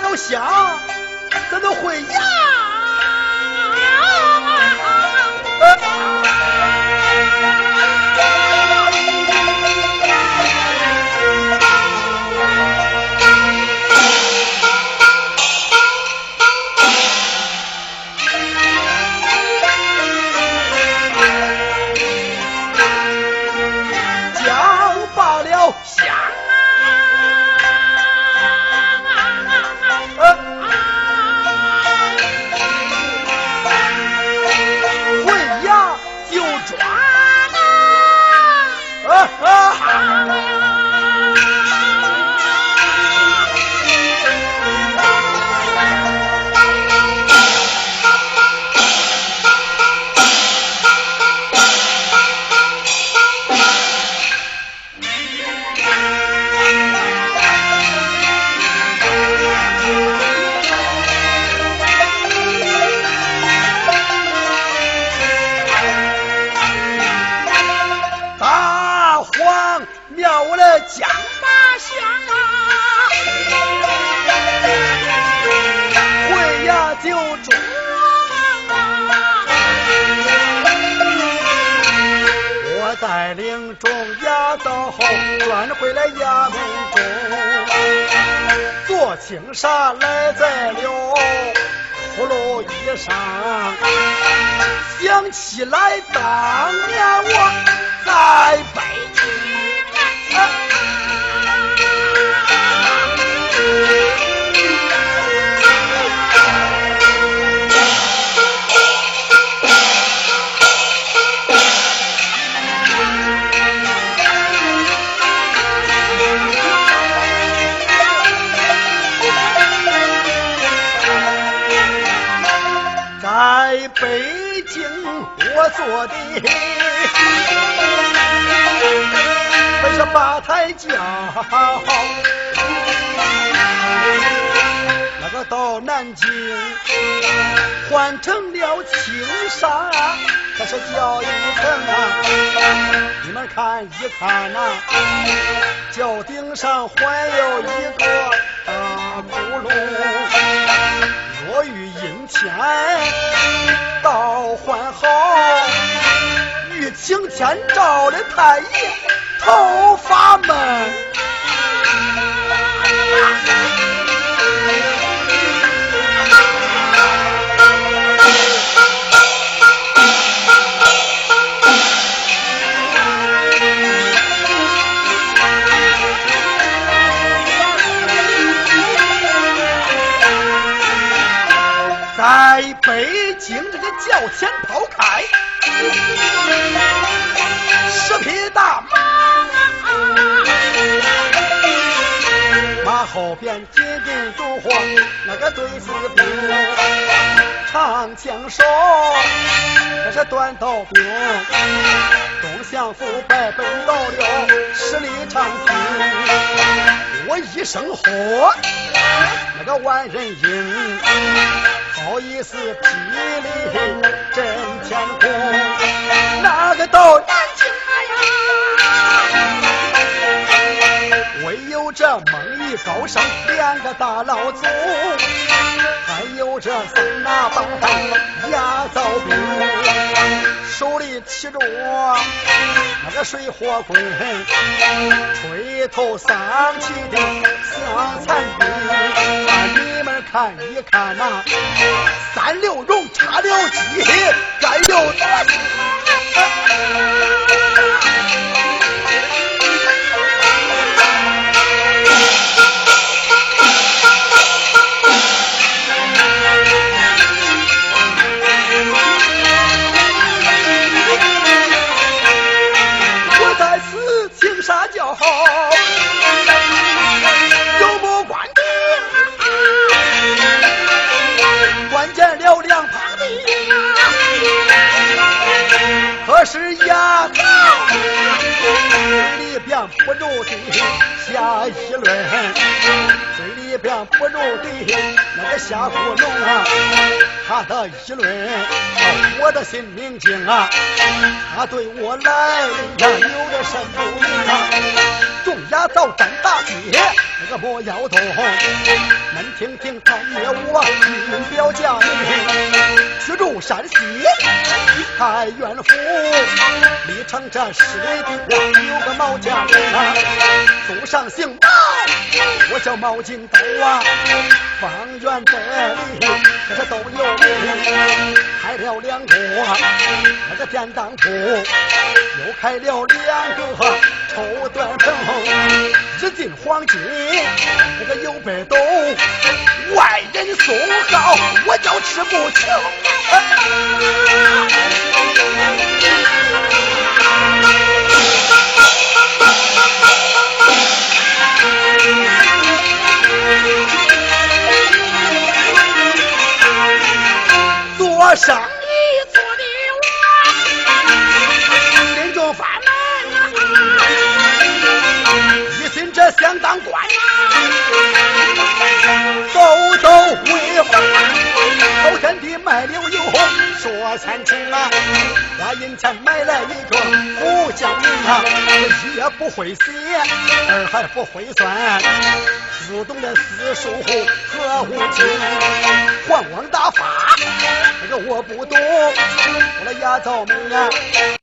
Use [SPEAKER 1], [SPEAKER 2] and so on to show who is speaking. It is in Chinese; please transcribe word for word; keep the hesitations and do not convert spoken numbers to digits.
[SPEAKER 1] 了香，咱都回家。带领众衙到后转回来衙门中，做青纱来在了葫芦衣上，想起来当年我在北京、啊在北京我做的本是八抬轿，那个到南京换成了青纱，这是轿一层啊，你们看一看啊，轿顶上还有一个大窟窿，若遇阴天到换好，遇晴天照的太阳头发闷。在北京这个轿前抛开十匹大马，马后边紧紧如火那个对子兵，长枪手这是短刀兵，东相府拜本到了十里长亭，我一声喝那个万人迎，好意思霹雳震天空，那个到南京呀，唯有这蒙毅高升两个大老祖，还有这三拿把压灶兵，手里提着那个水火棍，吹头丧气的像残兵，你们看一看呐、啊，三六荣插了鸡，该有多我在此青纱轿有目观定，关见了两旁的，可是丫头嘴里边不住的下议论，嘴里里边不如的那个夏古龙啊，他的议论我的心明镜啊，他对我来呀有的什不明啊，众牙早站大街那个莫要动，恁听听他灭我军表家名，驱逐山西太原府，历城这十里地有个毛家人啊，祖上姓毛，我叫毛金斗啊，方圆这里这是都有名，开了两个那个典当铺，又开了两个绸缎棚，日进黄金那个有北斗，外人送好我叫吃不清。做生意做的我人中翻门啊，一心这相当官走走回话，后天地卖了油说三情啊，花银钱买来一个福将名啊，一也不会写，二还不会算，自动的四书和无经，黄王大法那个我不懂，我的牙造门啊。